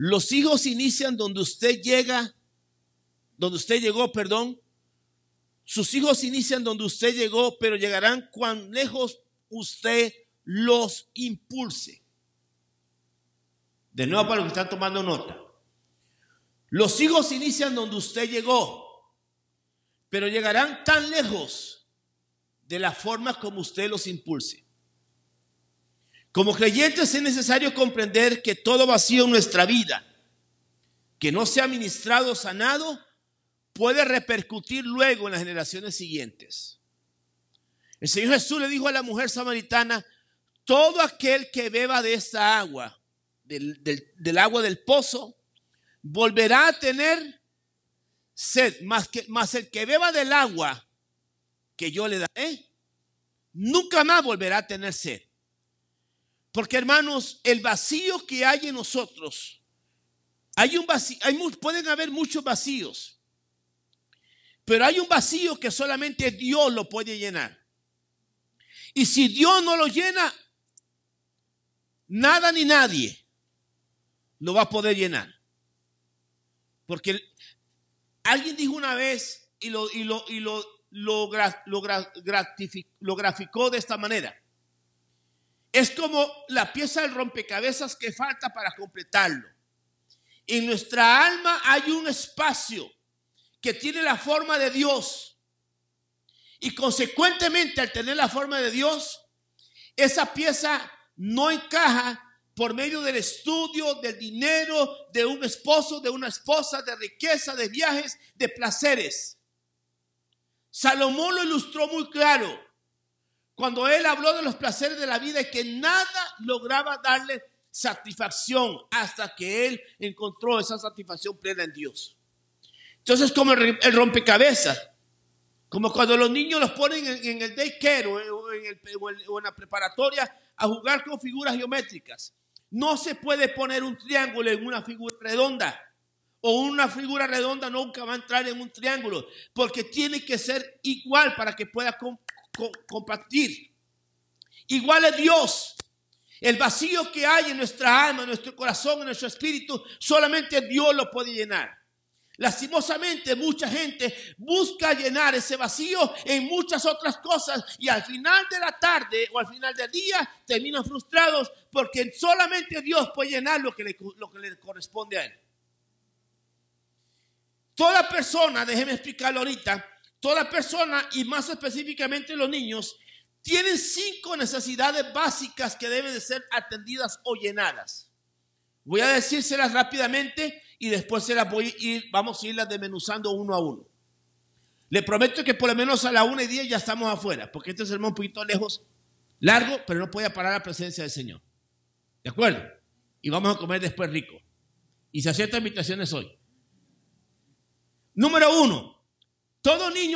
Los hijos inician donde usted llega, donde usted llegó, perdón. Sus hijos inician donde usted llegó, pero llegarán cuán lejos usted los impulse. De nuevo para los que están tomando nota. Los hijos inician donde usted llegó, pero llegarán tan lejos de la forma como usted los impulse. Como creyentes es necesario comprender que todo vacío en nuestra vida que no sea ministrado, sanado, puede repercutir luego en las generaciones siguientes. El Señor Jesús le dijo a la mujer samaritana: todo aquel que beba de esta agua, del agua del pozo, volverá a tener sed, más el que beba del agua que yo le daré, nunca más volverá a tener sed. Porque, hermanos, el vacío que hay en nosotros, hay un vacío, pueden haber muchos vacíos, pero hay un vacío que solamente Dios lo puede llenar. Y si Dios no lo llena, nada ni nadie lo va a poder llenar. Porque alguien dijo una vez y lo graficó de esta manera: es como la pieza del rompecabezas que falta para completarlo. En nuestra alma hay un espacio que tiene la forma de Dios, y consecuentemente, al tener la forma de Dios, esa pieza no encaja por medio del estudio, del dinero, de un esposo, de una esposa, de riqueza, de viajes, de placeres. Salomón lo ilustró muy claro cuando él habló de los placeres de la vida y que nada lograba darle satisfacción hasta que él encontró esa satisfacción plena en Dios. Entonces, como el rompecabezas, como cuando los niños los ponen en el daycare o en la preparatoria a jugar con figuras geométricas, no se puede poner un triángulo en una figura redonda, o una figura redonda nunca va a entrar en un triángulo, porque tiene que ser igual para que pueda compartir. Igual es Dios. El vacío que hay en nuestra alma, en nuestro corazón, en nuestro espíritu, solamente Dios lo puede llenar. Lastimosamente, mucha gente busca llenar ese vacío en muchas otras cosas, y al final de la tarde o al final del día terminan frustrados porque solamente Dios puede llenar lo que le corresponde a él. Toda persona, déjeme explicarlo ahorita, toda persona, y más específicamente los niños, tienen 5 necesidades básicas que deben de ser atendidas o llenadas. Voy a decírselas rápidamente y después vamos a irlas desmenuzando uno a uno. Le prometo que por lo menos a la 1:10 ya estamos afuera, porque este sermón es un poquito largo, pero no puede parar la presencia del Señor. ¿De acuerdo? Y vamos a comer después rico. Y se aceptan invitaciones hoy. Número 1. Todo niño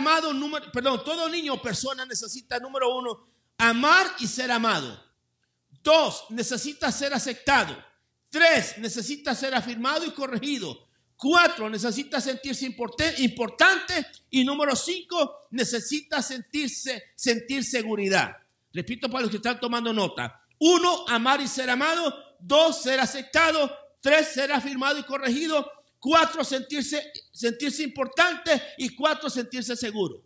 o persona necesita, número 1, amar y ser amado. 2, necesita ser aceptado. 3, necesita ser afirmado y corregido. 4, necesita sentirse importante. Y número 5, necesita sentir seguridad. Repito para los que están tomando nota. 1, amar y ser amado. 2, ser aceptado. 3, ser afirmado y corregido. 4, sentirse importante. Y 4, sentirse seguro.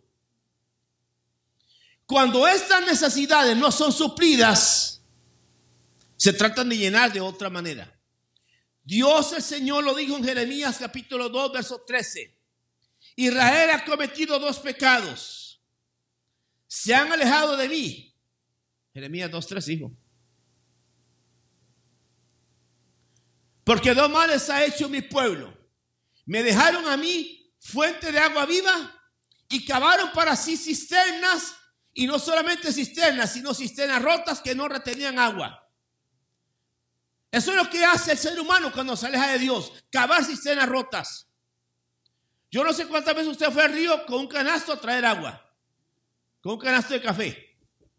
Cuando estas necesidades no son suplidas, se tratan de llenar de otra manera. Dios el Señor lo dijo en Jeremías capítulo 2, verso 13. Israel ha cometido 2 pecados. Se han alejado de mí. Jeremías 2:3 dijo. Porque 2 males ha hecho mi pueblo. Me dejaron a mí fuente de agua viva y cavaron para sí cisternas, y no solamente cisternas, sino cisternas rotas que no retenían agua. Eso es lo que hace el ser humano cuando se aleja de Dios: cavar cisternas rotas. Yo no sé cuántas veces usted fue al río con un canasto a traer agua, con un canasto de café.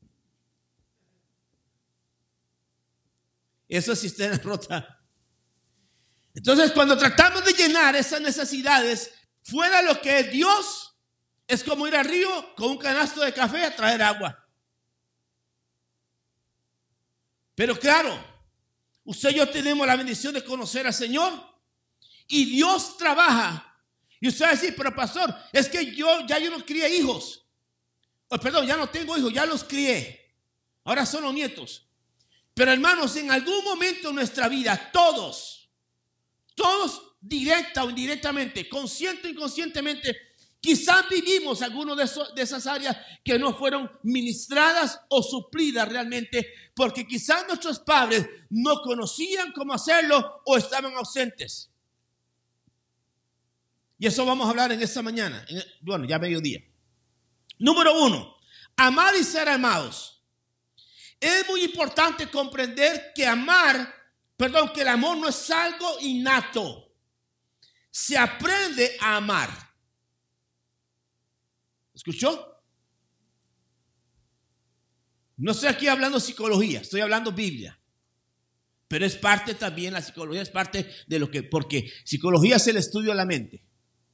Eso es cisterna rota. Entonces, cuando tratamos de llenar esas necesidades fuera de lo que es Dios, es como ir al río con un canasto de café a traer agua. Pero claro, Usted y yo tenemos la bendición de conocer al Señor y Dios trabaja. Y usted va a decir, pero pastor, es que yo no crié hijos. Perdón, ya no tengo hijos, ya los crié. Ahora son los nietos. Pero hermanos, en algún momento en nuestra vida, todos, directa o indirectamente, consciente o inconscientemente, quizás vivimos algunas de esas áreas que no fueron ministradas o suplidas realmente, porque quizás nuestros padres no conocían cómo hacerlo o estaban ausentes. Y eso vamos a hablar en esta mañana, bueno, ya mediodía. Número 1, amar y ser amados. Es muy importante comprender que que el amor no es algo innato. Se aprende a amar. ¿Escuchó? No estoy aquí hablando psicología, estoy hablando Biblia. Pero es parte también, la psicología es parte de lo que, porque psicología es el estudio de la mente.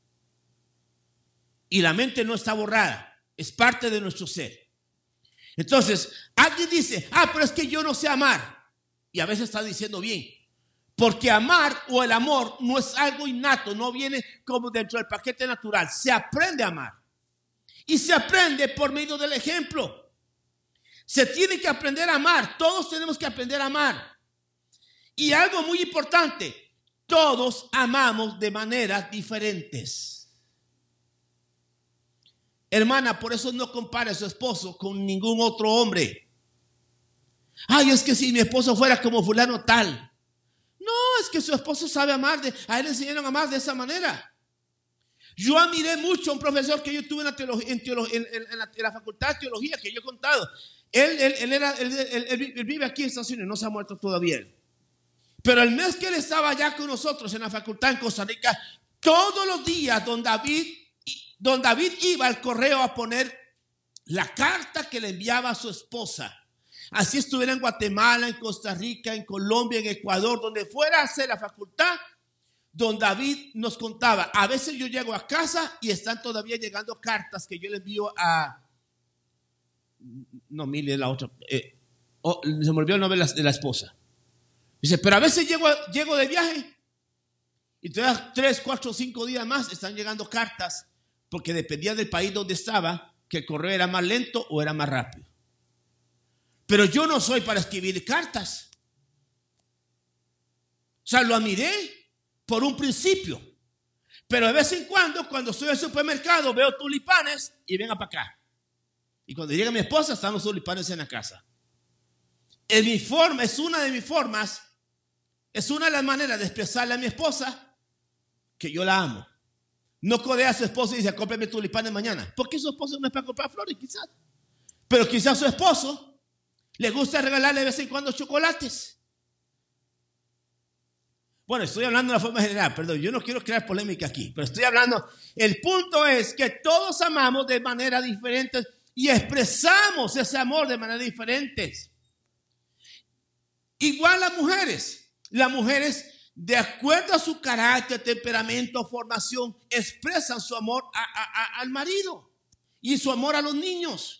Y la mente no está borrada, es parte de nuestro ser. Entonces, alguien dice, pero es que yo no sé amar. Y a veces está diciendo bien. Porque amar o el amor no es algo innato, no viene como dentro del paquete natural. Se aprende a amar. Y se aprende por medio del ejemplo. Se tiene que aprender a amar. Todos tenemos que aprender a amar. Y algo muy importante, todos amamos de maneras diferentes. Hermana, por eso no compare a su esposo con ningún otro hombre. Es que si mi esposo fuera como fulano tal. No, es que su esposo sabe amar. A él le enseñaron a amar de esa manera. Yo admiré mucho a un profesor que yo tuve en la facultad de teología, que yo he contado. Él vive aquí en Estados Unidos, no se ha muerto todavía. Pero el mes que él estaba allá con nosotros en la facultad en Costa Rica, todos los días don David iba al correo a poner la carta que le enviaba a su esposa. Así estuviera en Guatemala, en Costa Rica, en Colombia, en Ecuador, donde fuera a hacer la facultad, don David nos contaba. A veces yo llego a casa y están todavía llegando cartas que yo le envío a... No, Mili es la otra. Se me olvidó el nombre de la esposa. Dice, pero a veces llego de viaje y todavía 3, 4, 5 días más están llegando cartas, porque dependía del país donde estaba, que el correo era más lento o era más rápido. Pero yo no soy para escribir cartas. O sea, lo admiré por un principio. Pero de vez en cuando estoy en el supermercado, veo tulipanes y venga para acá. Y cuando llega mi esposa, están los tulipanes en la casa. Es una de mis formas, es una de las maneras de expresarle a mi esposa que yo la amo. No codea a su esposo y dice, cómprame tulipanes mañana. Porque su esposo no es para comprar flores, quizás. Pero quizás su esposo le gusta regalarle de vez en cuando chocolates. Bueno, estoy hablando de una forma general, perdón, yo no quiero crear polémica aquí, pero estoy hablando, el punto es que todos amamos de manera diferente y expresamos ese amor de manera diferentes. Igual las mujeres de acuerdo a su carácter, temperamento, formación, expresan su amor al marido y su amor a los niños.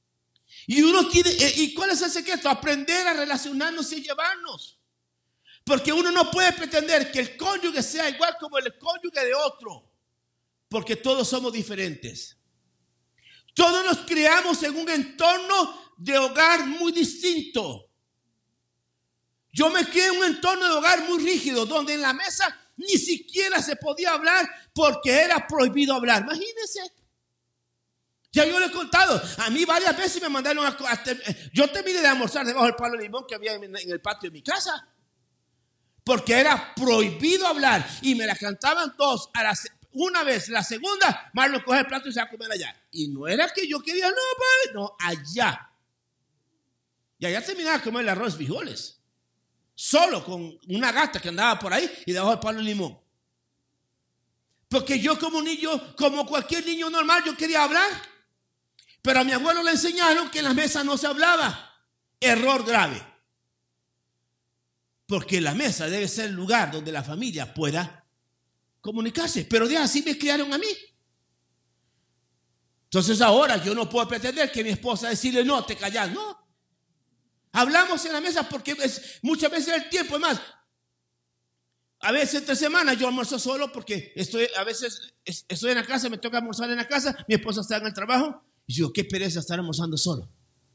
¿Y cuál es el secreto? Aprender a relacionarnos y llevarnos. Porque uno no puede pretender que el cónyuge sea igual como el cónyuge de otro, porque todos somos diferentes. Todos nos criamos en un entorno de hogar muy distinto. Yo me crié en un entorno de hogar muy rígido, donde en la mesa ni siquiera se podía hablar porque era prohibido hablar. Imagínense. Ya yo le he contado. A mí varias veces me mandaron yo terminé de almorzar debajo del palo de limón que había en el patio de mi casa. Porque era prohibido hablar. Y me la cantaban todos. Una vez, la segunda, Marlon coge el plato y se va a comer allá. Y no era que yo quería, no, allá. Y allá terminaba de comer el arroz y frijoles. Solo con una gata que andaba por ahí y debajo del palo de limón. Porque yo como niño, como cualquier niño normal, yo quería hablar. Pero a mi abuelo le enseñaron que en la mesa no se hablaba. Error grave. Porque la mesa debe ser el lugar donde la familia pueda comunicarse. Pero de así me criaron a mí. Entonces ahora yo no puedo pretender que mi esposa decirle, no, te callas, no. Hablamos en la mesa porque muchas veces el tiempo es más. A veces entre semanas yo almuerzo solo porque a veces estoy en la casa, me toca almorzar en la casa, mi esposa está en el trabajo y yo, qué pereza estar almorzando solo.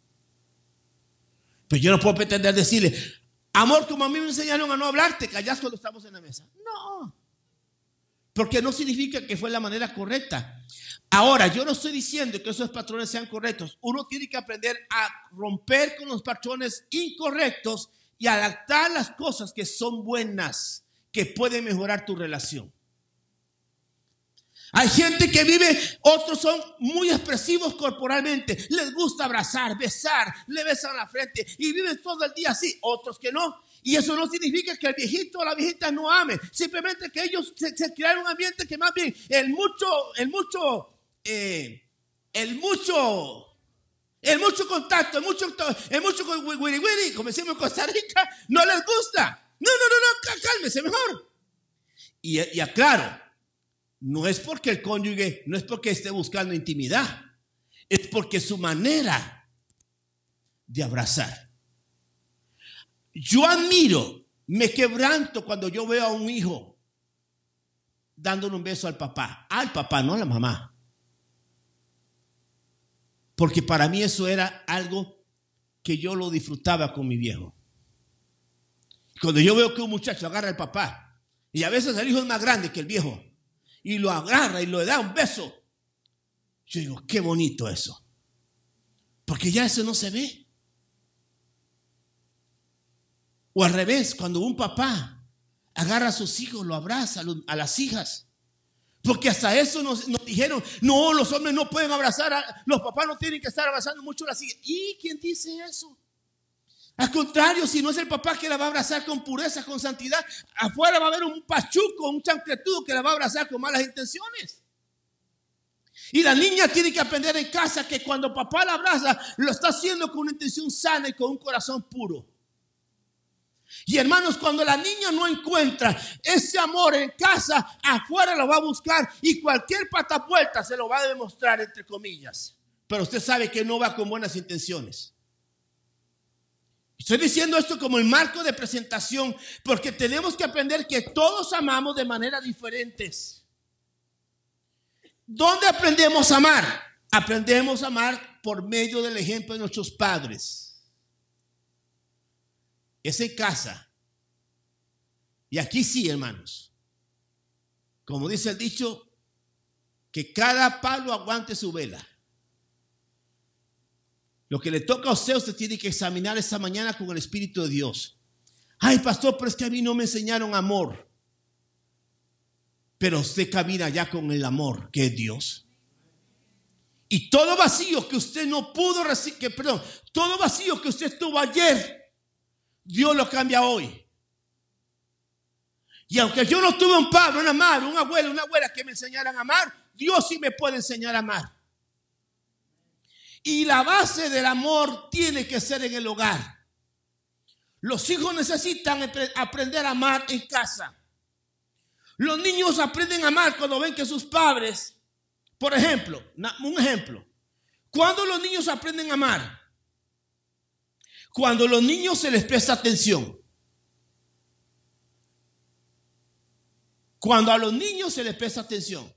Pero yo no puedo pretender decirle, amor, como a mí me enseñaron a no hablar, te callas cuando estamos en la mesa. No, porque no significa que fue la manera correcta. Ahora, yo no estoy diciendo que esos patrones sean correctos. Uno tiene que aprender a romper con los patrones incorrectos y adaptar las cosas que son buenas, que pueden mejorar tu relación. Hay gente que vive, otros son muy expresivos corporalmente, les gusta abrazar, besar, le besan la frente y viven todo el día así, otros que no. Y eso no significa que el viejito o la viejita no amen, simplemente que ellos se crearon un ambiente que más bien el mucho contacto, el mucho wiri wiri, como decimos en Costa Rica, no les gusta. No, cálmese mejor. Y aclaro, no es porque el cónyuge, no es porque esté buscando intimidad, es porque su manera de abrazar. Yo admiro, me quebranto cuando yo veo a un hijo dándole un beso al papá, no a la mamá. Porque para mí eso era algo que yo lo disfrutaba con mi viejo. Cuando yo veo que un muchacho agarra al papá, y a veces el hijo es más grande que el viejo, y lo agarra y le da un beso, yo digo, qué bonito eso. Porque ya eso no se ve. O al revés, cuando un papá agarra a sus hijos, lo abraza a las hijas. Porque hasta eso nos dijeron, no, los hombres no pueden abrazar, los papás no tienen que estar abrazando mucho a las hijas. ¿Y quién dice eso? Al contrario, si no es el papá que la va a abrazar con pureza, con santidad, afuera va a haber un pachuco, un chancletudo que la va a abrazar con malas intenciones. Y la niña tiene que aprender en casa que cuando papá la abraza, lo está haciendo con una intención sana y con un corazón puro. Y hermanos, cuando la niña no encuentra ese amor en casa, afuera lo va a buscar y cualquier patapuerta se lo va a demostrar, entre comillas. Pero usted sabe que no va con buenas intenciones. Estoy diciendo esto como el marco de presentación porque tenemos que aprender que todos amamos de maneras diferentes. ¿Dónde aprendemos a amar? Aprendemos a amar por medio del ejemplo de nuestros padres. Es en casa. Y aquí sí, hermanos. Como dice el dicho, que cada palo aguante su vela. Lo que le toca a usted tiene que examinar esta mañana con el Espíritu de Dios. Ay, pastor, pero es que a mí no me enseñaron amor. Pero usted camina ya con el amor que es Dios. Y todo vacío que usted no pudo recibir, todo vacío que usted tuvo ayer, Dios lo cambia hoy. Y aunque yo no tuve un padre, una madre, un abuelo, una abuela que me enseñaran a amar, Dios sí me puede enseñar a amar. Y la base del amor tiene que ser en el hogar. Los hijos necesitan aprender a amar en casa. Los niños aprenden a amar cuando ven que sus padres, por ejemplo, un ejemplo, ¿cuándo los niños aprenden a amar? Cuando a los niños se les presta atención. Cuando a los niños se les presta atención.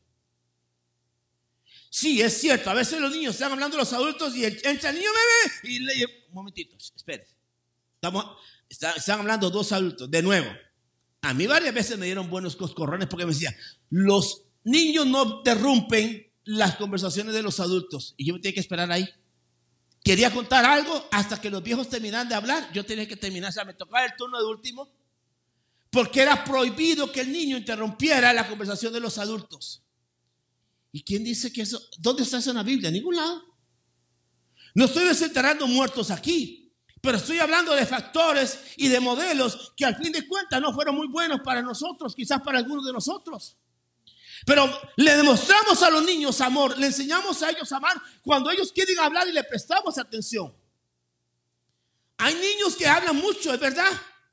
Sí, es cierto, a veces los niños están hablando de los adultos y entra el niño bebé y le un momentito, espere. Están hablando dos adultos, de nuevo. A mí varias veces me dieron buenos coscorrones porque me decían, los niños no interrumpen las conversaciones de los adultos. Y yo me tenía que esperar ahí. Quería contar algo hasta que los viejos terminaran de hablar. Yo tenía que terminar, o sea, me tocaba el turno de último. Porque era prohibido que el niño interrumpiera la conversación de los adultos. ¿Y quién dice que eso? ¿Dónde está eso en la Biblia? En ningún lado. No estoy desenterrando muertos aquí, pero estoy hablando de factores y de modelos que al fin de cuentas no fueron muy buenos para nosotros, quizás para algunos de nosotros. Pero le demostramos a los niños amor, le enseñamos a ellos a amar cuando ellos quieren hablar y le prestamos atención. Hay niños que hablan mucho, es verdad,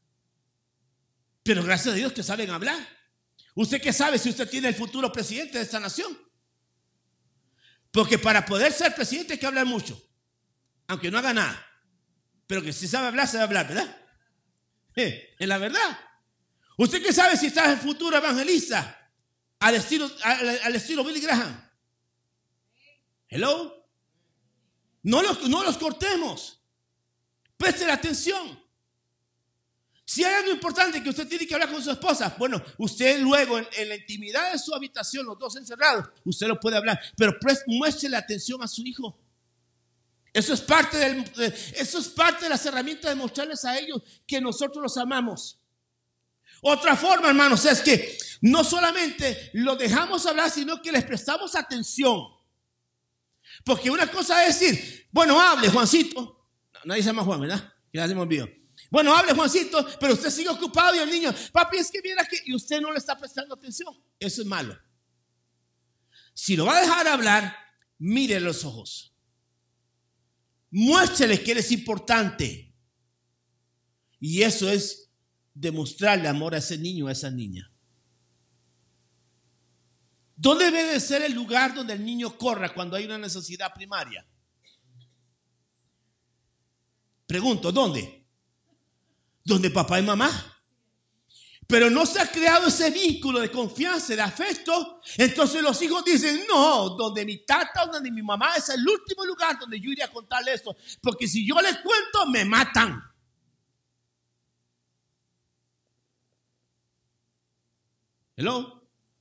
pero gracias a Dios que saben hablar. ¿Usted qué sabe si usted tiene el futuro presidente de esta nación? Porque para poder ser presidente hay que hablar mucho, aunque no haga nada. Pero que si sabe hablar, ¿verdad? Es la verdad. ¿Usted qué sabe si está el futuro evangelista al estilo Billy Graham? Hello. No los cortemos. Preste la atención. Si hay algo importante que usted tiene que hablar con su esposa, bueno, usted luego en la intimidad de su habitación, los dos encerrados, usted lo puede hablar, pero muestre la atención a su hijo. Eso es parte de las herramientas de mostrarles a ellos que nosotros los amamos. Otra forma, hermanos, es que no solamente lo dejamos hablar, sino que les prestamos atención. Porque una cosa es decir, bueno, hable, Juancito. Nadie se llama Juan, ¿verdad? Ya se me olvidó. Bueno, hable, Juancito, pero usted sigue ocupado y el niño, papi, es que viene aquí y usted no le está prestando atención. Eso es malo. Si lo va a dejar hablar, mire los ojos. Muéstrele que él es importante. Y eso es demostrarle amor a ese niño, a esa niña. ¿Dónde debe de ser el lugar donde el niño corra cuando hay una necesidad primaria? Pregunto, ¿dónde? ¿Donde papá y mamá? Pero no se ha creado ese vínculo de confianza, de afecto. Entonces los hijos dicen, no, donde mi tata o donde mi mamá es el último lugar donde yo iría a contarle esto. Porque si yo les cuento, me matan. Hello.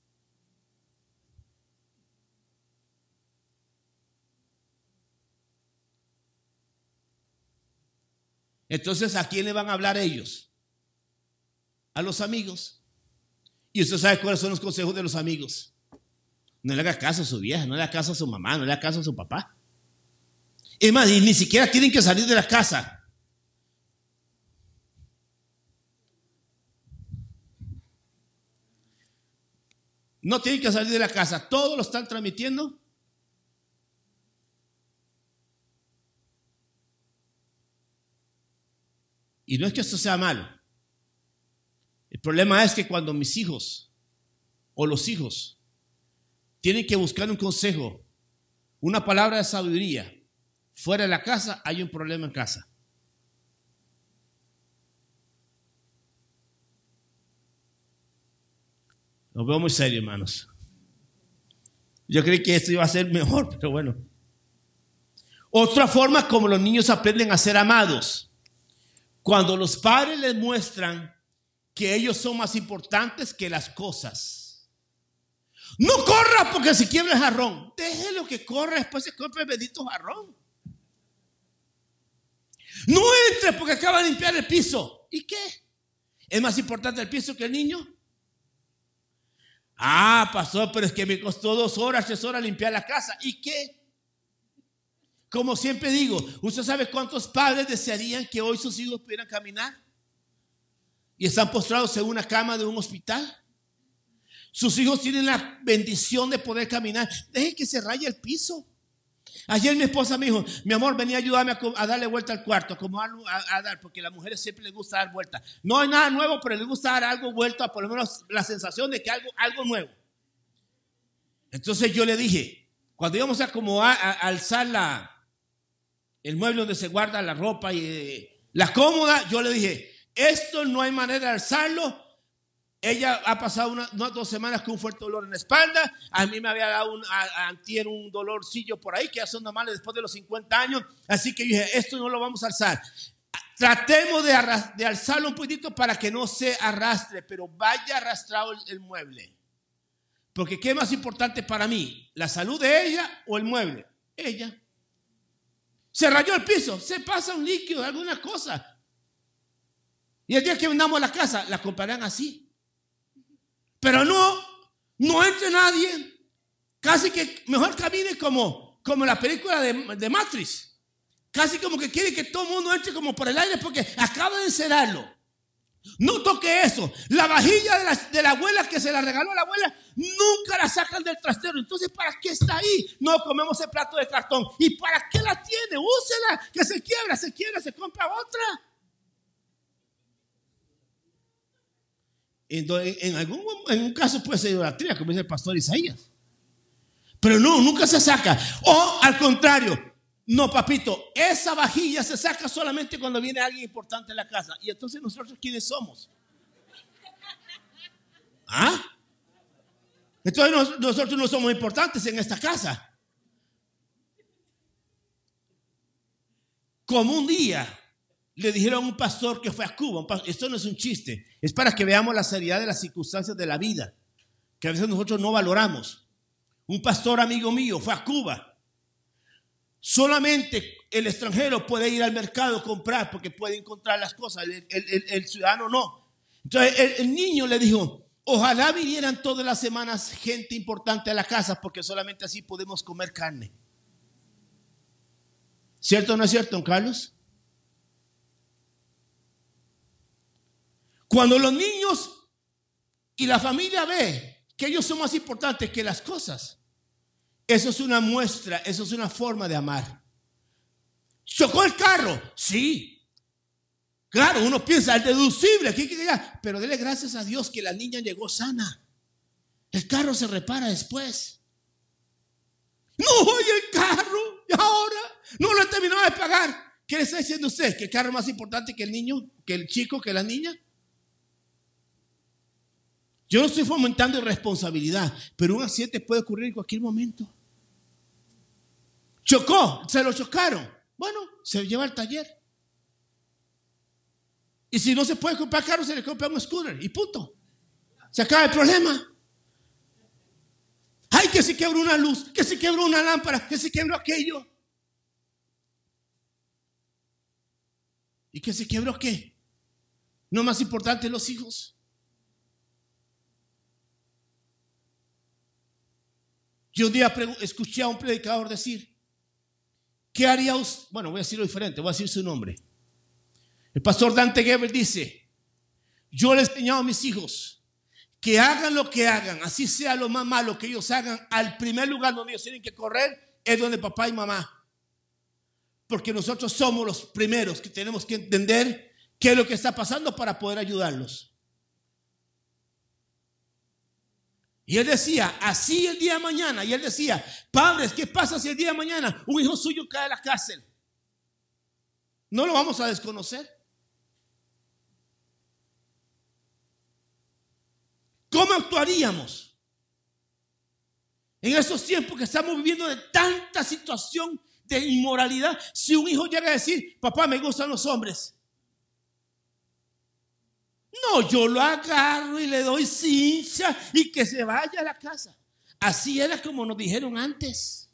Entonces, ¿a quién le van a hablar ellos? A los amigos. Y usted sabe cuáles son los consejos de los amigos. No le haga caso a su vieja, no le haga caso a su mamá, no le haga caso a su papá. Es más, y ni siquiera tienen que salir de la casa. No tienen que salir de la casa. Todo lo están transmitiendo. Y no es que esto sea malo. El problema es que cuando mis hijos o los hijos tienen que buscar un consejo, una palabra de sabiduría fuera de la casa, hay un problema en casa. Lo veo muy serio, hermanos. Yo creí que esto iba a ser mejor, pero bueno. Otra forma como los niños aprenden a ser amados. Cuando los padres les muestran que ellos son más importantes que las cosas. No corra porque se quiebra el jarrón. Déjelo que corra, después se compra el bendito jarrón. No entre porque acaba de limpiar el piso. ¿Y qué? ¿Es más importante el piso que el niño? Ah, pastor, pero es que me costó 2 horas, 3 horas limpiar la casa. ¿Y qué? Como siempre digo, ¿usted sabe cuántos padres desearían que hoy sus hijos pudieran caminar? Y están postrados en una cama de un hospital. Sus hijos tienen la bendición de poder caminar. Dejen que se raye el piso. Ayer mi esposa me dijo, mi amor, vení a ayudarme a darle vuelta al cuarto, como a dar, porque a las mujeres siempre les gusta dar vuelta. No hay nada nuevo, pero les gusta dar algo vuelto, por lo menos la sensación de que algo nuevo. Entonces yo le dije, cuando íbamos a alzar el mueble donde se guarda la ropa y la cómoda, yo le dije, esto no hay manera de alzarlo. Ella ha pasado unas 2 semanas con un fuerte dolor en la espalda. A mí me había dado antier un dolorcillo por ahí, que ya son normales después de los 50 años. Así que yo dije, esto no lo vamos a alzar. Tratemos de alzarlo un poquitito para que no se arrastre, pero vaya arrastrado el mueble. Porque ¿qué es más importante para mí? ¿La salud de ella o el mueble? Ella. Se rayó el piso, se pasa un líquido, alguna cosa. Y el día que vendamos a la casa, la comprarán así. Pero no entre nadie. Casi que mejor camine como la película de Matrix. Casi como que quiere que todo el mundo entre como por el aire porque acaba de encerrarlo. No toque eso. La vajilla de la abuela que se la regaló a la abuela, nunca la sacan del trastero. Entonces, ¿para qué está ahí? No comemos el plato de cartón. ¿Y para qué la tiene? Úsela, que se quiebra, se compra otra. En un caso puede ser idolatría, como dice el pastor Isaías. Pero no, nunca se saca. O al contrario, No, papito, esa vajilla se saca solamente cuando viene alguien importante a la casa. Y entonces nosotros, ¿quiénes somos? ¿Ah? Entonces nosotros no somos importantes en esta casa. Como un día le dijeron a un pastor que fue a Cuba. Esto no es un chiste, es para que veamos la seriedad de las circunstancias de la vida, que a veces nosotros no valoramos. Un pastor amigo mío fue a Cuba. Solamente el extranjero puede ir al mercado a comprar porque puede encontrar las cosas, el ciudadano no. Entonces el niño le dijo: ojalá vinieran todas las semanas gente importante a la casa, porque solamente así podemos comer carne. ¿Cierto o no es cierto, don Carlos? Cuando los niños y la familia ve que ellos son más importantes que las cosas, eso es una muestra, eso es una forma de amar. ¿Chocó el carro? Sí. Claro, uno piensa, el deducible, pero dele gracias a Dios que la niña llegó sana. El carro se repara después. No, oye, el carro, y ahora no lo he terminado de pagar. ¿Qué le está diciendo usted? ¿Que el carro es más importante que el niño, que el chico, que la niña? Yo no estoy fomentando irresponsabilidad, pero un accidente puede ocurrir en cualquier momento. Chocó, se lo chocaron. Bueno, se lleva al taller. Y si no se puede comprar carro, se le compra un scooter y punto. Se acaba el problema. Ay, que se quebró una luz, que se quebró una lámpara, que se quebró aquello. ¿Y que se quebró qué? ¿No más importante los hijos? Yo un día escuché a un predicador decir: ¿qué haría usted? Bueno, voy a decirlo diferente, voy a decir su nombre. El pastor Dante Gebel dice: yo le he enseñado a mis hijos que hagan lo que hagan, así sea lo más malo que ellos hagan, al primer lugar donde ellos tienen que correr es donde papá y mamá. Porque nosotros somos los primeros que tenemos que entender qué es lo que está pasando para poder ayudarlos. Y él decía, así el día de mañana, y él decía: padres, ¿qué pasa si el día de mañana un hijo suyo cae a la cárcel? ¿No lo vamos a desconocer? ¿Cómo actuaríamos en esos tiempos que estamos viviendo de tanta situación de inmoralidad? Si un hijo llega a decir: papá, me gustan los hombres. No, yo lo agarro y le doy cincha y que se vaya a la casa. Así era como nos dijeron antes.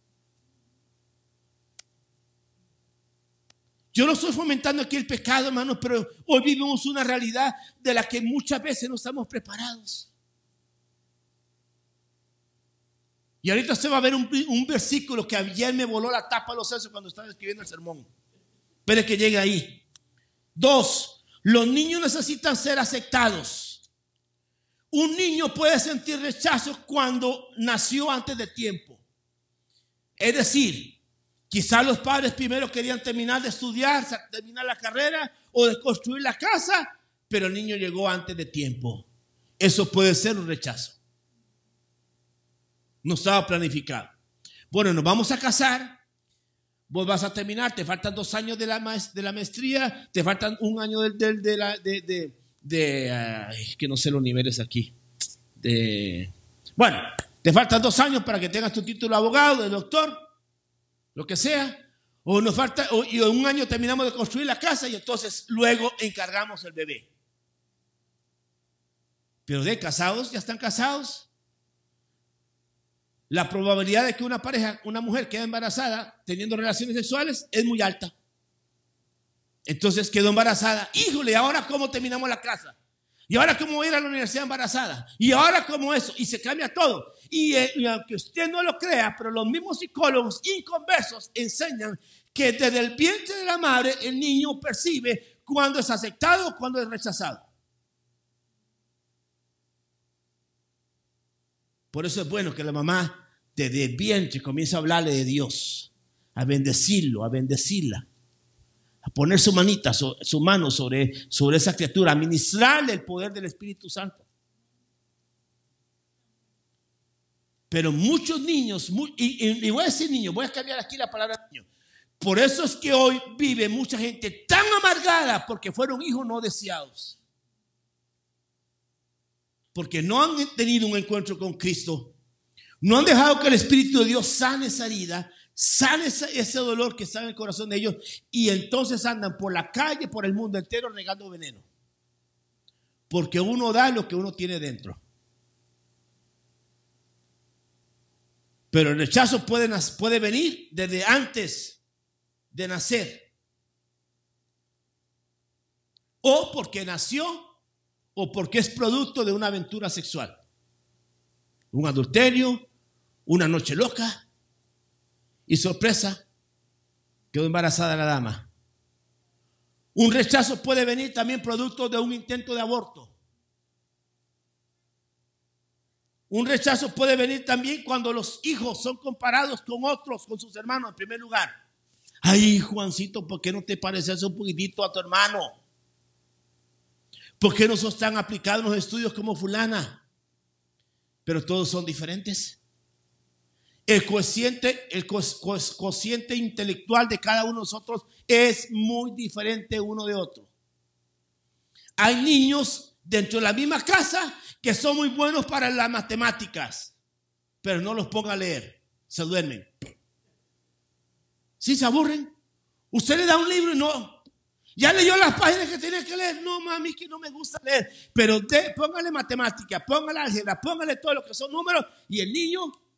Yo no estoy fomentando aquí el pecado, hermanos, pero hoy vivimos una realidad de la que muchas veces no estamos preparados. Y ahorita se va a ver un versículo que ayer me voló la tapa a los sesos cuando estaba escribiendo el sermón. Espere que llegue ahí. 2. Los niños necesitan ser aceptados. Un niño puede sentir rechazo cuando nació antes de tiempo. Es decir, quizás los padres primero querían terminar de estudiar, terminar la carrera o de construir la casa, pero el niño llegó antes de tiempo. Eso puede ser un rechazo. No estaba planificado. Bueno, nos vamos a casar. Vos vas a terminar, te faltan 2 años de la maestría, te faltan 1 año que no sé los niveles aquí. Bueno, te faltan 2 años para que tengas tu título de abogado, de doctor, lo que sea. O nos falta, y en 1 año terminamos de construir la casa y entonces luego encargamos el bebé. Pero de casados, ya están casados. La probabilidad de que una mujer quede embarazada teniendo relaciones sexuales es muy alta. Entonces quedó embarazada. Híjole, ¿ahora cómo terminamos la casa? ¿Y ahora cómo voy a ir a la universidad embarazada? ¿Y ahora cómo eso? Y se cambia todo. Y aunque usted no lo crea, pero los mismos psicólogos inconversos enseñan que desde el vientre de la madre el niño percibe cuándo es aceptado o cuándo es rechazado. Por eso es bueno que la mamá desde el vientre comience a hablarle de Dios, a bendecirlo, a bendecirla, a poner su mano sobre esa criatura, a ministrarle el poder del Espíritu Santo. Pero muchos niños, y voy a decir niños, voy a cambiar aquí la palabra niño, Por eso es que hoy vive mucha gente tan amargada porque fueron hijos no deseados. Porque no han tenido un encuentro con Cristo. No han dejado que el Espíritu de Dios sane esa herida, sane ese dolor que está en el corazón de ellos. Y entonces andan por la calle, por el mundo entero regando veneno. Porque uno da lo que uno tiene dentro. Pero el rechazo puede venir desde antes de nacer. O porque nació, o porque es producto de una aventura sexual. Un adulterio, una noche loca, y sorpresa, quedó embarazada la dama. Un rechazo puede venir también producto de un intento de aborto. Un rechazo puede venir también cuando los hijos son comparados con otros, con sus hermanos en primer lugar. Ay, Juancito, ¿por qué no te pareces un poquitito a tu hermano? ¿Por qué no sos tan aplicado en los estudios como fulana? Pero todos son diferentes. El cociente intelectual de cada uno de nosotros es muy diferente uno de otro. Hay niños dentro de la misma casa que son muy buenos para las matemáticas, pero no los ponga a leer, se duermen. ¿Sí se aburren? Usted le da un libro y no. ¿Ya leyó las páginas que tiene que leer? No, mami, que no me gusta leer. Pero póngale matemática, póngale álgebra, póngale todo lo que son números. Y el niño,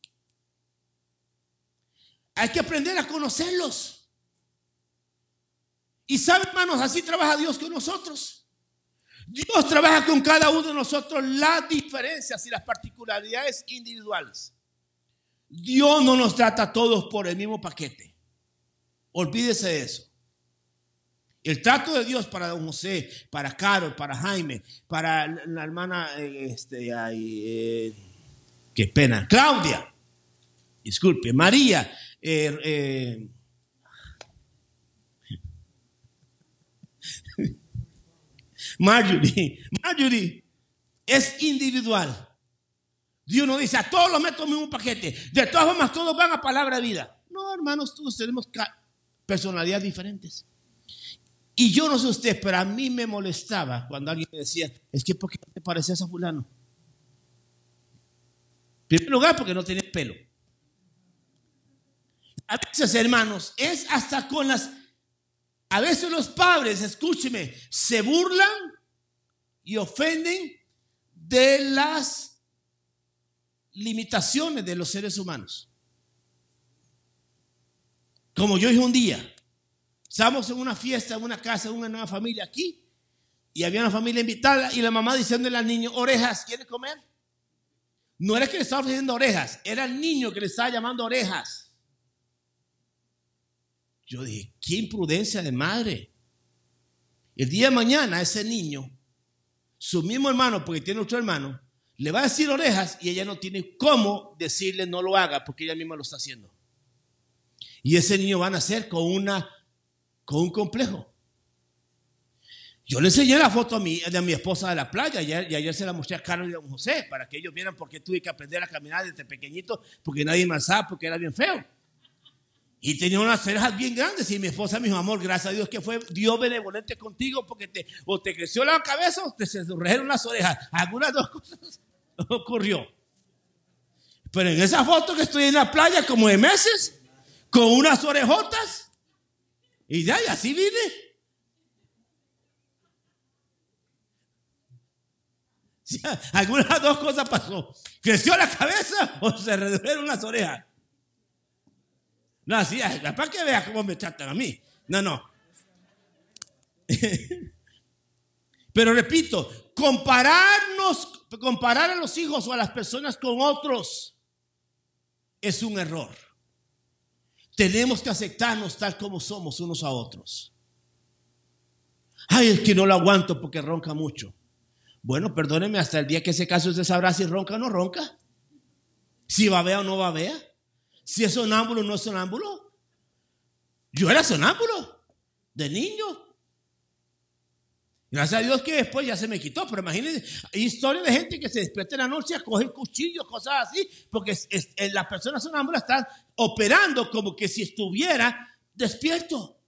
hay que aprender a conocerlos. Y saben, hermanos, así trabaja Dios con nosotros. Dios trabaja con cada uno de nosotros las diferencias y las particularidades individuales. Dios no nos trata a todos por el mismo paquete. Olvídese de eso. El trato de Dios para don José, para Carol, para Jaime, para la hermana, qué pena, Claudia, disculpe, María, Marjorie, es individual. Dios no dice, a todos los meto en el mismo paquete. De todas formas, todos van a palabra de vida. No, hermanos, todos tenemos personalidades diferentes. Y yo no sé usted, pero a mí me molestaba cuando alguien me decía, es que ¿por qué no te parecías a fulano? En primer lugar, porque no tenía pelo. A veces, hermanos, es hasta con a veces los padres, escúcheme, se burlan y ofenden de las limitaciones de los seres humanos. Como yo dije un día, estábamos en una fiesta, en una casa, en una nueva familia aquí, y había una familia invitada y la mamá diciéndole al niño, orejas, ¿quieres comer? No era que le estaba ofreciendo orejas, era el niño que le estaba llamando orejas. Yo dije, qué imprudencia de madre. El día de mañana ese niño, su mismo hermano, porque tiene otro hermano, le va a decir orejas y ella no tiene cómo decirle no lo haga porque ella misma lo está haciendo. Y ese niño va a nacer con un complejo. Yo le enseñé la foto de mi esposa de la playa y ayer se la mostré a Carlos y a don José para que ellos vieran por qué tuve que aprender a caminar desde pequeñito, porque nadie me alzaba, porque era bien feo. Y tenía unas orejas bien grandes y mi esposa me dijo, amor, gracias a Dios que fue Dios benevolente contigo porque o te creció la cabeza o te se redujeron las orejas. Algunas dos cosas ocurrió. Pero en esa foto que estoy en la playa como de meses, con unas orejotas, y ya, y así vine. Sí, algunas dos cosas pasó. ¿Creció la cabeza o se redujeron las orejas? No, así, para que vea cómo me tratan a mí. No. Pero repito, comparar a los hijos o a las personas con otros es un error. Tenemos que aceptarnos tal como somos unos a otros. Ay, es que no lo aguanto porque ronca mucho. Bueno, perdóneme, hasta el día que se case usted sabrá si ronca o no ronca. Si babea o no babea. Si es sonámbulo o no es sonámbulo. Yo era sonámbulo de niño. Gracias a Dios que después ya se me quitó. Pero imagínense, hay historias de gente que se despierta en la noche a coger cuchillos, cosas así. Porque las personas sonámbulas están operando como que si estuviera despierto.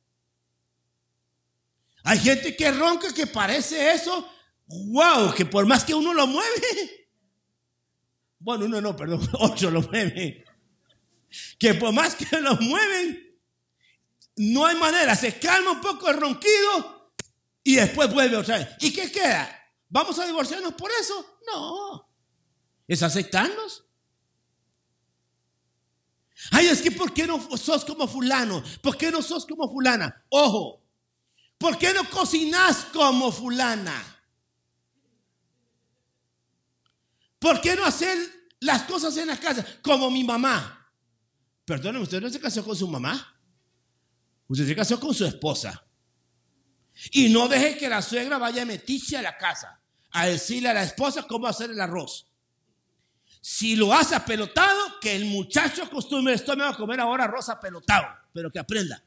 Hay gente que ronca que parece eso, wow, que por más que uno lo mueve, bueno, uno no, perdón, 8 lo mueven, que por más que lo mueven, no hay manera, se calma un poco el ronquido y después vuelve otra vez. ¿Y qué queda? ¿Vamos a divorciarnos por eso? No, es aceptarnos. Ay, es que ¿por qué no sos como fulano? ¿Por qué no sos como fulana? Ojo, ¿por qué no cocinas como fulana? ¿Por qué no hacer las cosas en la casa como mi mamá? Perdóneme, usted no se casó con su mamá. Usted se casó con su esposa. Y no deje que la suegra vaya metiche a la casa a decirle a la esposa cómo hacer el arroz. Si lo hace apelotado, que el muchacho acostumbre el estómago a comer ahora arroz apelotado, pero que aprenda.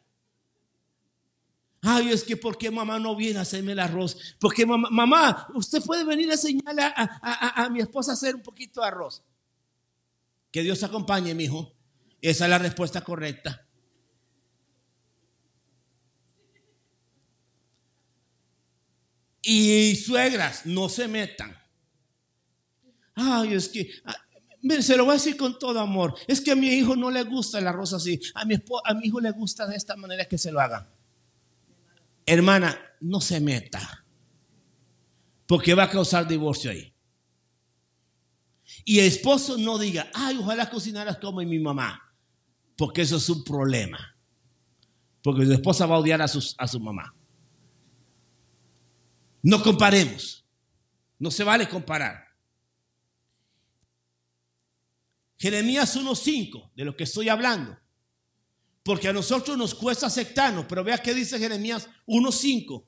Ay, es que ¿por qué mamá no viene a hacerme el arroz? Porque mamá, usted puede venir a enseñarle a mi esposa a hacer un poquito de arroz. Que Dios acompañe, mi hijo. Esa es la respuesta correcta. Y suegras, no se metan. Ay, es que, se lo voy a decir con todo amor. Es que a mi hijo no le gusta el arroz así. A mi hijo le gusta de esta manera, que se lo hagan. Hermana, no se meta, porque va a causar divorcio ahí. Y el esposo no diga, ay, ojalá cocinaras como mi mamá, porque eso es un problema. Porque su esposa va a odiar a su mamá. No comparemos. No se vale comparar. Jeremías 1:5, de lo que estoy hablando. Porque a nosotros nos cuesta aceptarnos. Pero vea qué dice Jeremías 1:5.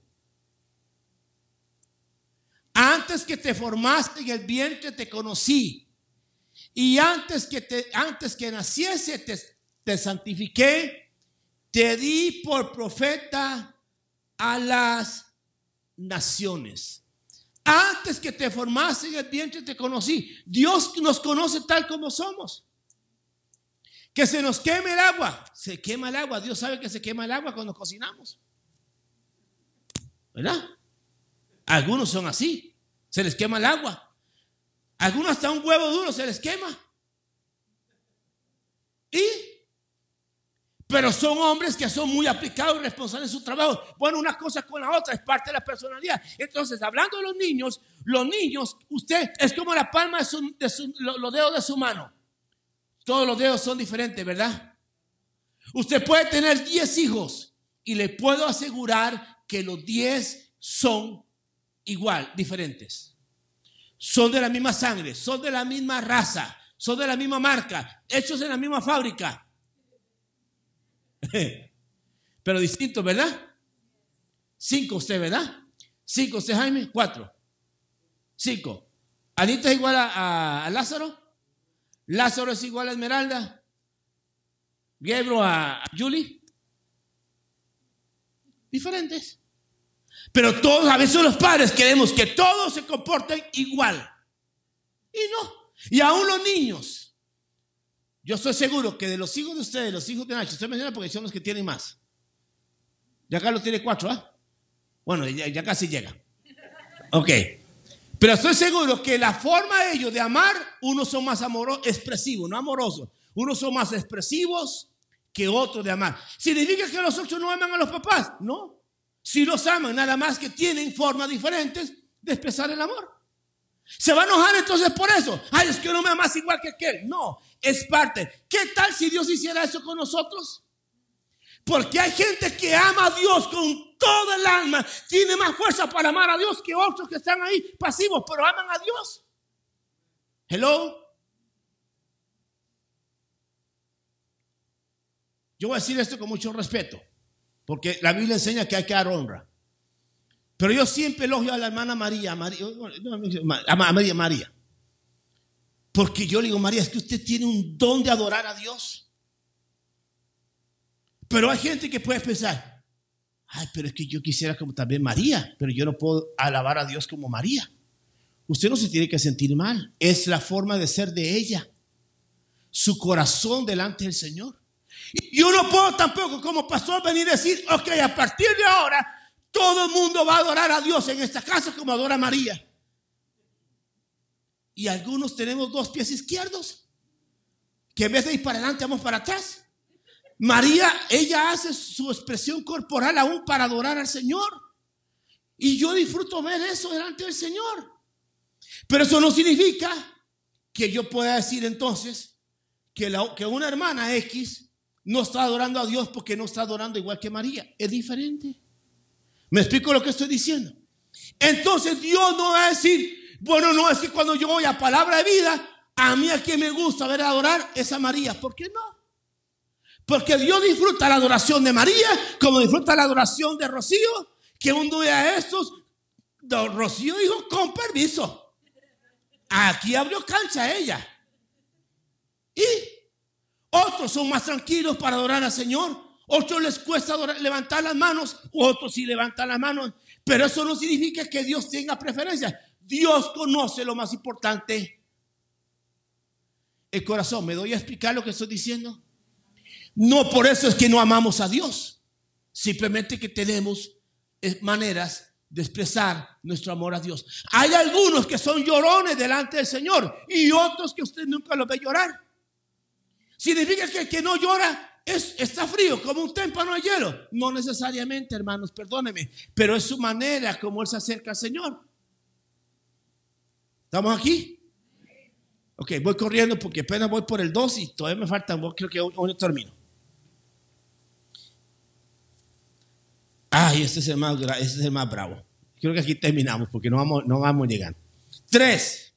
Antes que te formaste en el vientre te conocí. Y antes que naciese te santifiqué. Te di por profeta a las naciones. Antes que te formaste en el vientre te conocí. Dios nos conoce tal como somos. Que se nos queme el agua. Se quema el agua. Dios sabe que se quema el agua cuando cocinamos, ¿verdad? Algunos son así. Se les quema el agua. Algunos hasta un huevo duro se les quema. Pero son hombres que son muy aplicados y responsables en su trabajo. Bueno, una cosa con la otra es parte de la personalidad. Entonces, hablando de los niños, usted es como la palma de los dedos de su mano. Todos los dedos son diferentes, ¿verdad? Usted puede tener 10 hijos y le puedo asegurar que los 10 son igual, diferentes. Son de la misma sangre, son de la misma raza, son de la misma marca, hechos en la misma fábrica. Pero distintos, ¿verdad? 5 usted, ¿verdad? 5 usted, Jaime. 4. 5. Anita es igual a Lázaro. Lázaro es igual a Esmeralda. Gabriel a Julie. Diferentes. Pero todos, a veces los padres queremos que todos se comporten igual. Y no. Y aún los niños. Yo estoy seguro que de los hijos de ustedes, los hijos de Nacho, usted menciona porque son los que tienen más. Ya Carlos tiene 4, ¿ah? Bueno, ya casi llega. Ok. Pero estoy seguro que la forma de ellos de amar, unos son más expresivos, no amorosos. Unos son más expresivos que otros de amar. ¿Significa que los otros no aman a los papás? No. Si los aman, nada más que tienen formas diferentes de expresar el amor. ¿Se va a enojar entonces por eso? Ay, es que no me amas igual que aquel. No, es parte. ¿Qué tal si Dios hiciera eso con nosotros? Porque hay gente que ama a Dios con toda el alma, tiene más fuerza para amar a Dios que otros que están ahí pasivos, pero aman a Dios. Hello. Yo voy a decir esto con mucho respeto, porque la Biblia enseña que hay que dar honra. Pero yo siempre elogio a la hermana María. Porque yo le digo, María, es que usted tiene un don de adorar a Dios. Pero hay gente que puede pensar, ay, pero es que yo quisiera como también María, pero yo no puedo alabar a Dios como María. Usted no se tiene que sentir mal. Es la forma de ser de ella. Su corazón delante del Señor. Y yo no puedo tampoco como pastor venir a decir, ok, a partir de ahora todo el mundo va a adorar a Dios en esta casa como adora a María. Y algunos tenemos dos pies izquierdos, que en vez de ir para adelante vamos para atrás. María, ella hace su expresión corporal aún para adorar al Señor. Y yo disfruto ver eso delante del Señor. Pero eso no significa que yo pueda decir entonces que una hermana X no está adorando a Dios porque no está adorando igual que María. Es diferente. ¿Me explico lo que estoy diciendo? Entonces Dios no va a decir, bueno, no, es que cuando yo voy a Palabra de Vida, a mí a quien me gusta ver adorar es a María. ¿Por qué no? Porque Dios disfruta la adoración de María como disfruta la adoración de Rocío, que un día de estos, Rocío dijo, con permiso, aquí abrió cancha ella. Y otros son más tranquilos para adorar al Señor. Otros les cuesta levantar las manos, otros sí levantan las manos. Pero eso no significa que Dios tenga preferencia. Dios conoce lo más importante, el corazón. ¿Me doy a explicar lo que estoy diciendo? No por eso es que no amamos a Dios. Simplemente que tenemos maneras de expresar nuestro amor a Dios. Hay algunos que son llorones delante del Señor y otros que usted nunca los ve llorar. ¿Significa que el que no llora está frío como un témpano de hielo? No necesariamente, hermanos, perdónenme, pero es su manera como él se acerca al Señor. ¿Estamos aquí? Ok, voy corriendo porque apenas voy por el 2 y todavía me faltan, creo que hoy termino. Ay, este es el más bravo. Creo que aquí terminamos porque no vamos llegando. 3.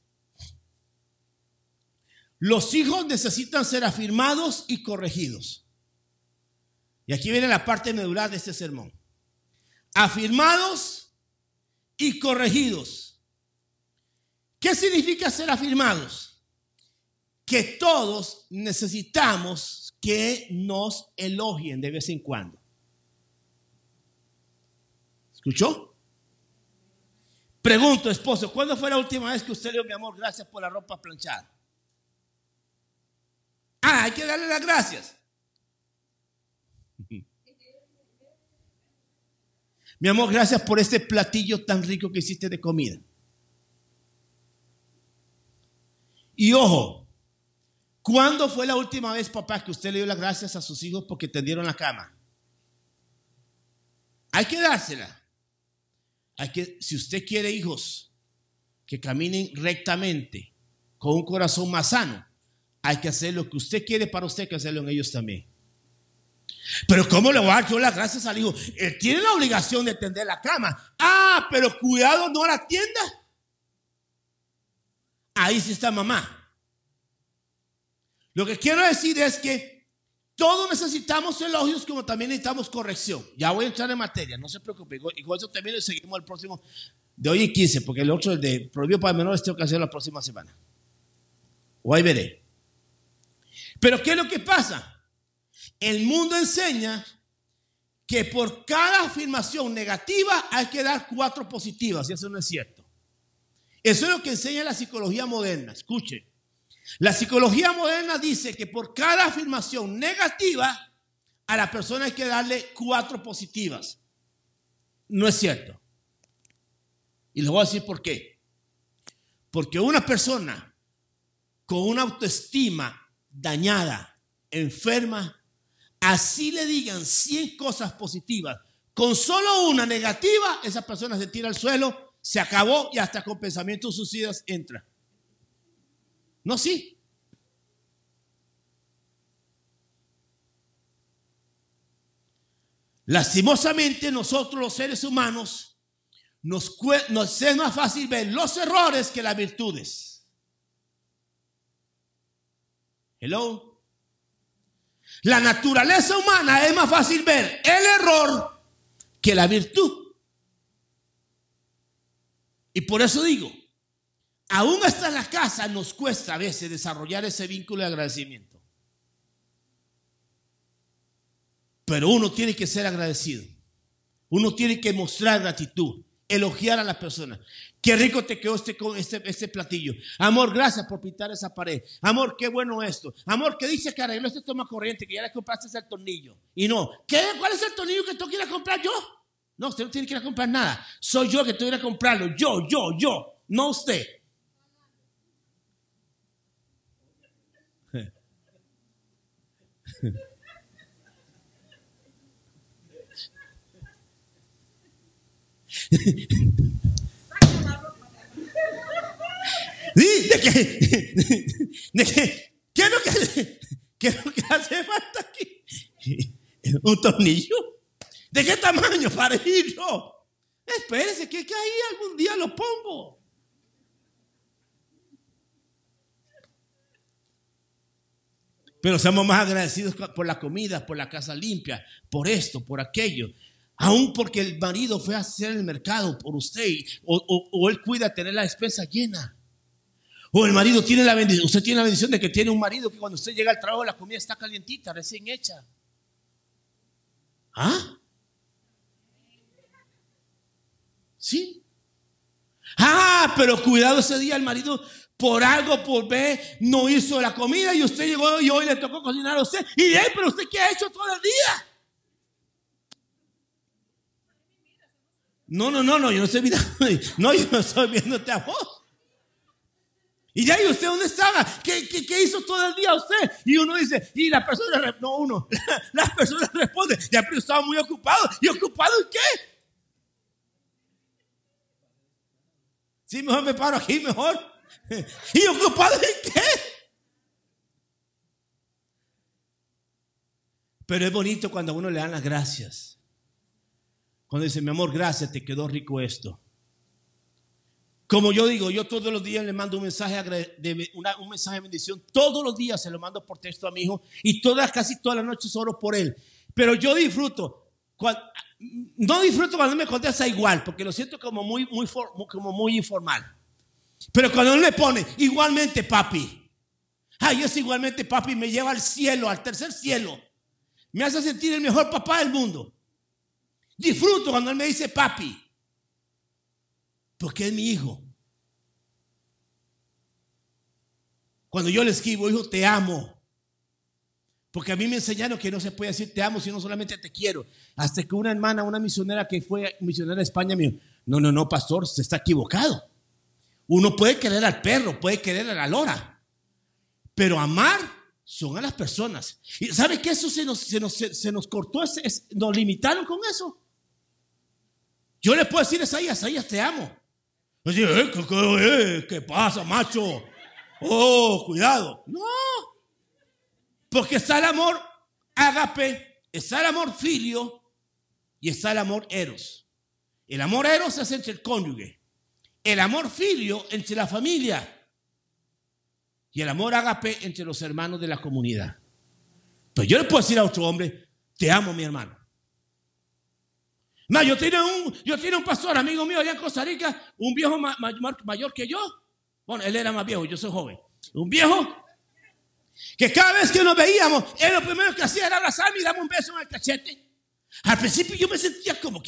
Los hijos necesitan ser afirmados y corregidos. Y aquí viene la parte medular de este sermón. Afirmados y corregidos. ¿Qué significa ser afirmados? Que todos necesitamos que nos elogien de vez en cuando. ¿Escuchó? Pregunto, esposo, ¿cuándo fue la última vez que usted le dijo, mi amor, gracias por la ropa planchada? Hay que darle las gracias. Mi amor, gracias por este platillo tan rico que hiciste de comida. Y ojo, ¿cuándo fue la última vez, papá, que usted le dio las gracias a sus hijos porque tendieron la cama? Hay que dársela. Si usted quiere hijos que caminen rectamente, con un corazón más sano, hay que hacer lo que usted quiere para usted, hay que hacerlo en ellos también. Pero ¿cómo le voy a dar yo las gracias al hijo? Él tiene la obligación de tender la cama. Pero cuidado, no la tienda. Ahí sí está mamá. Lo que quiero decir es que todos necesitamos elogios como también necesitamos corrección. Ya voy a entrar en materia, no se preocupe. Y con eso termino y seguimos el próximo, de hoy en 15, porque el otro, el de prohibido para menores, tengo que hacerlo la próxima semana. O ahí veré. Pero ¿qué es lo que pasa? El mundo enseña que por cada afirmación negativa hay que dar 4 positivas, y eso no es cierto. Eso es lo que enseña la psicología moderna. Escuche. La psicología moderna dice que por cada afirmación negativa a la persona hay que darle 4 positivas. No es cierto. Y les voy a decir por qué. Porque una persona con una autoestima dañada, enferma, así le digan 100 cosas positivas, con solo una negativa, esa persona se tira al suelo, se acabó y hasta con pensamientos suicidas entra. No, sí. Lastimosamente nosotros los seres humanos nos es más fácil ver los errores que las virtudes. Hello. La naturaleza humana es más fácil ver el error que la virtud. Y por eso digo, aún hasta en la casa nos cuesta a veces desarrollar ese vínculo de agradecimiento. Pero uno tiene que ser agradecido. Uno tiene que mostrar gratitud. Elogiar a la persona. Qué rico te quedó este platillo. Amor, gracias por pintar esa pared. Amor, qué bueno esto. Amor, ¿qué dice que arregló este toma corriente? Que ya le compraste el tornillo. Y no, ¿cuál es el tornillo que tú quieres comprar yo? No, usted no tiene que ir a comprar nada. Soy yo que tengo que ir a comprarlo. Yo. No usted. ¿Sí? ¿Qué es lo que hace falta aquí? ¿Un tornillo? ¿De qué tamaño para ir yo? Espérese, que ahí algún día lo pongo. Pero somos más agradecidos por la comida, por la casa limpia, por esto, por aquello. Aún porque el marido fue a hacer el mercado por usted o él cuida tener la despensa llena. O el marido tiene la bendición, usted tiene la bendición de que tiene un marido que cuando usted llega al trabajo la comida está calientita, recién hecha. ¿Ah? Sí. Ah, pero cuidado ese día el marido por algo, por ver, no hizo la comida y usted llegó y hoy le tocó cocinar a usted. Y de ahí, pero usted ¿qué ha hecho todo el día? No, yo no estoy mirando. No, yo no estoy viéndote a vos. Y ya, ¿y usted dónde estaba? ¿Qué hizo todo el día usted? Y uno dice, y la persona, la persona responde, ya, pero estaba muy ocupado. ¿Y ocupado en qué? Sí, mejor me paro aquí, mejor. ¿Y ocupado en qué? Pero es bonito cuando a uno le dan las gracias. Cuando dice, mi amor, gracias, te quedó rico esto. Como yo digo, yo todos los días le mando un mensaje un mensaje de bendición. Todos los días se lo mando por texto a mi hijo y casi todas las noches oro por él. Pero yo disfruto. No disfruto cuando me contesta igual, porque lo siento como muy informal. Pero cuando él me pone, igualmente papi. Ay, es igualmente papi, me lleva al cielo, al tercer cielo. Me hace sentir el mejor papá del mundo. Disfruto cuando él me dice papi. Porque es mi hijo. Cuando yo le escribo, hijo, te amo. Porque a mí me enseñaron que no se puede decir te amo, sino solamente te quiero. Hasta que una hermana, una misionera que fue misionera a España me dijo, no, pastor, se está equivocado. Uno puede querer al perro, puede querer a la lora. Pero amar son a las personas. ¿Y sabe que eso se nos cortó? Nos limitaron con eso. Yo le puedo decir a Isaías, te amo. ¿Qué pasa, macho? Oh, cuidado. No, porque está el amor ágape, está el amor filio y está el amor eros. El amor eros es entre el cónyuge, el amor filio entre la familia y el amor ágape entre los hermanos de la comunidad. Pues yo le puedo decir a otro hombre, te amo, mi hermano. No, yo tenía un pastor, amigo mío allá en Costa Rica, un viejo mayor que yo. Bueno, él era más viejo, yo soy joven. Un viejo que cada vez que nos veíamos, él lo primero que hacía era abrazarme y darme un beso en el cachete. Al principio yo me sentía como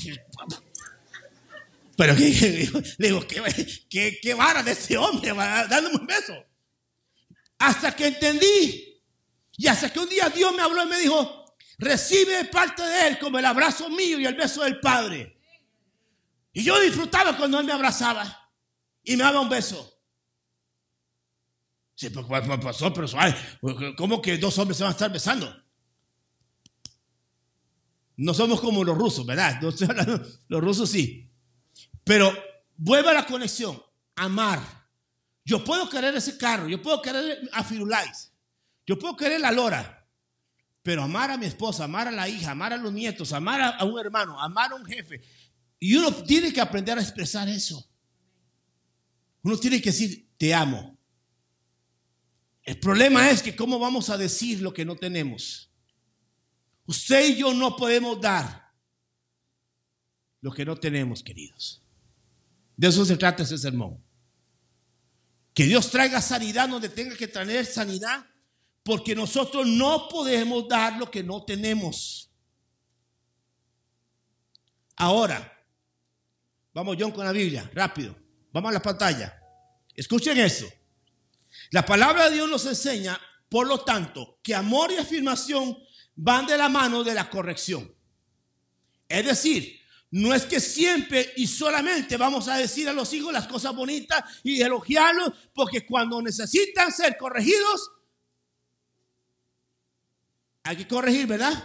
pero le digo, qué vara de este hombre, dándome un beso. Hasta que entendí, y hasta que un día Dios me habló y me dijo, recibe de parte de él como el abrazo mío y el beso del Padre. Y yo disfrutaba cuando él me abrazaba y me daba un beso. Sí, pasó, pero ¿cómo que dos hombres se van a estar besando? No somos como los rusos, ¿verdad? No estoy hablando, los rusos sí. Pero vuelve a la conexión, amar. Yo puedo querer ese carro, yo puedo querer a Firulais, yo puedo querer la lora. Pero amar a mi esposa, amar a la hija, amar a los nietos, amar a un hermano, amar a un jefe. Y uno tiene que aprender a expresar eso. Uno tiene que decir, te amo. El problema es que cómo vamos a decir lo que no tenemos. Usted y yo no podemos dar lo que no tenemos, queridos. De eso se trata ese sermón. Que Dios traiga sanidad donde tenga que traer sanidad. Porque nosotros no podemos dar lo que no tenemos. Ahora, Vamos, John, con la Biblia, rápido. Vamos a la pantalla. Escuchen eso. La palabra de Dios nos enseña, por lo tanto, que amor y afirmación van de la mano de la corrección. Es decir, no es que siempre y solamente vamos a decir a los hijos las cosas bonitas y elogiarlos, porque cuando necesitan ser corregidos, hay que corregir, ¿verdad?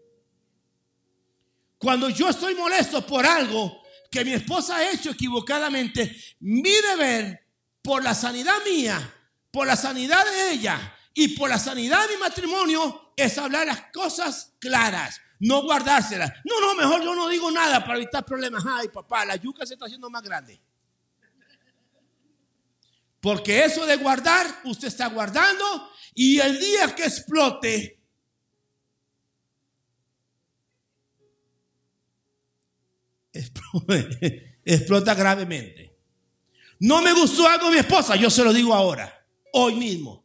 Cuando yo estoy molesto por algo que mi esposa ha hecho equivocadamente, mi deber por la sanidad mía, por la sanidad de ella y por la sanidad de mi matrimonio es hablar las cosas claras, no guardárselas. No, mejor yo no digo nada para evitar problemas. Ay, papá, la yuca se está haciendo más grande. Porque eso de guardar, usted está guardando y el día que explote, explota gravemente. No me gustó algo de mi esposa, yo se lo digo ahora, hoy mismo.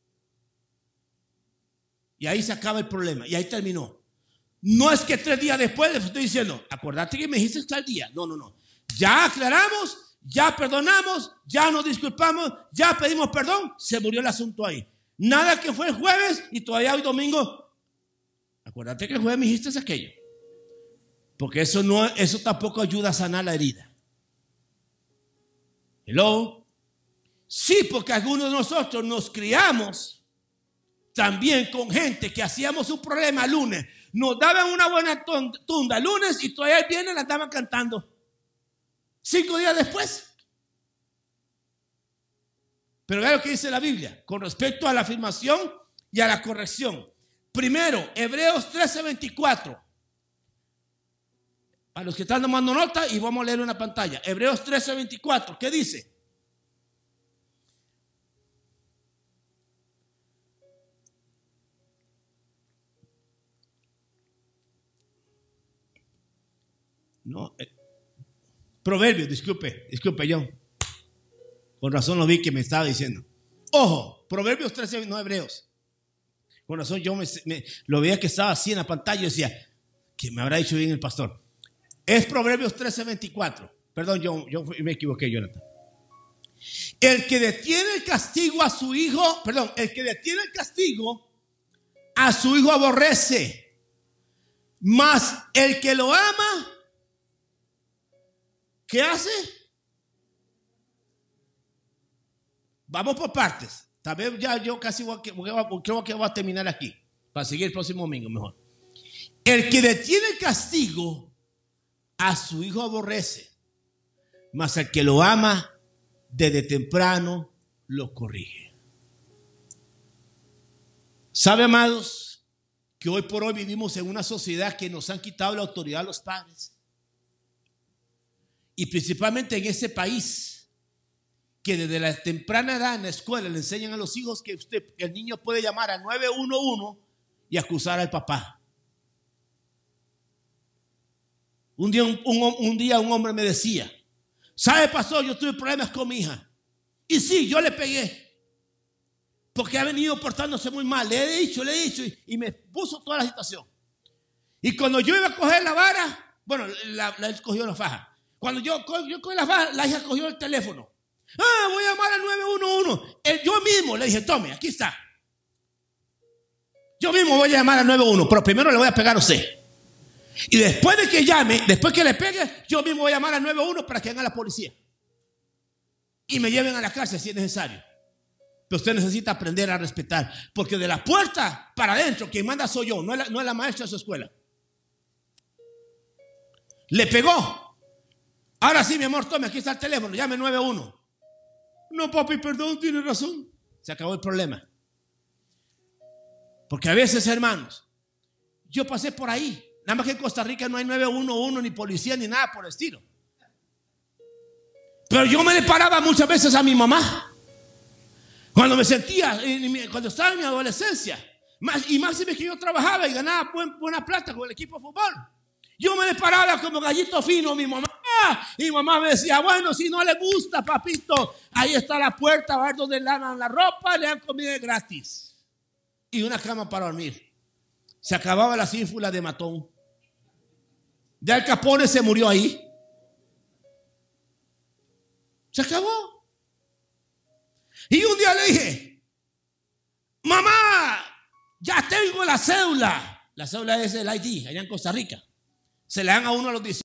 Y ahí se acaba el problema, y ahí terminó. No es que 3 días después le estoy diciendo, acuérdate que me dijiste tal día. No. Ya aclaramos, ya perdonamos, ya nos disculpamos, ya pedimos perdón, se murió el asunto ahí. Nada que fue el jueves y todavía hoy domingo. Acuérdate que el jueves me dijiste aquello. Porque eso tampoco ayuda a sanar la herida. Hello. Sí, porque algunos de nosotros nos criamos también con gente que hacíamos un problema lunes. Nos daban una buena tunda lunes y todavía el viernes la andaban cantando. 5 días después. Pero vea lo que dice la Biblia con respecto a la afirmación y a la corrección. Primero, Hebreos 13:24. A los que están tomando nota, y vamos a leer una pantalla. Hebreos 13:24. ¿Qué dice? No, Proverbios, disculpe, John. Con razón lo vi que me estaba diciendo. Ojo, Proverbios 13, no Hebreos. Con razón yo lo veía que estaba así en la pantalla y decía, que me habrá dicho bien el pastor. Es Proverbios 13:24. Perdón, yo me equivoqué, Jonathan. El que detiene el castigo a su hijo, el que detiene el castigo a su hijo aborrece, mas el que lo ama, ¿qué hace? Vamos por partes. Tal vez ya yo casi creo que voy a terminar aquí para seguir el próximo domingo mejor. El que detiene el castigo a su hijo aborrece, mas el que lo ama desde temprano lo corrige. ¿Sabe, amados, que hoy por hoy vivimos en una sociedad que nos han quitado la autoridad a los padres? Y principalmente en este país, que desde la temprana edad en la escuela le enseñan a los hijos que el niño puede llamar al 911 y acusar al papá. Un día un hombre me decía, ¿sabe, pastor? Yo tuve problemas con mi hija. Y sí, yo le pegué. Porque ha venido portándose muy mal. Le he dicho y me puso toda la situación. Y cuando yo iba a coger la vara, bueno, él cogió la faja. Cuando yo cogí la faja, la hija cogió el teléfono. Voy a llamar al 911. Yo mismo le dije, tome, aquí está. Yo mismo voy a llamar al 911, pero primero le voy a pegar a usted. Y después de que llame, después que le pegue, yo mismo voy a llamar al 911 para que venga la policía. Y me lleven a la cárcel si es necesario. Pero usted necesita aprender a respetar. Porque de la puerta para adentro, quien manda soy yo, no es la maestra de su escuela. Le pegó. Ahora sí, mi amor, tome, aquí está el teléfono, llame 911. No, papi, perdón, tiene razón. Se acabó el problema. Porque a veces, hermanos, yo pasé por ahí. Nada más que en Costa Rica no hay 911, ni policía, ni nada por el estilo. Pero yo me le paraba muchas veces a mi mamá. Cuando me sentía, cuando estaba en mi adolescencia. Y más si que yo trabajaba y ganaba buena plata con el equipo de fútbol. Yo me le paraba como gallito fino a mi mamá. Y mi mamá me decía, bueno, si no le gusta, papito, ahí está la puerta, a ver donde lavan la ropa, le dan comida gratis. Y una cama para dormir. Se acababa la ínfula de Matón. De Al Capone se murió ahí. Se acabó. Y un día le dije, mamá, ya tengo la cédula. La cédula es el ID, allá en Costa Rica. Se le dan a uno a los 18.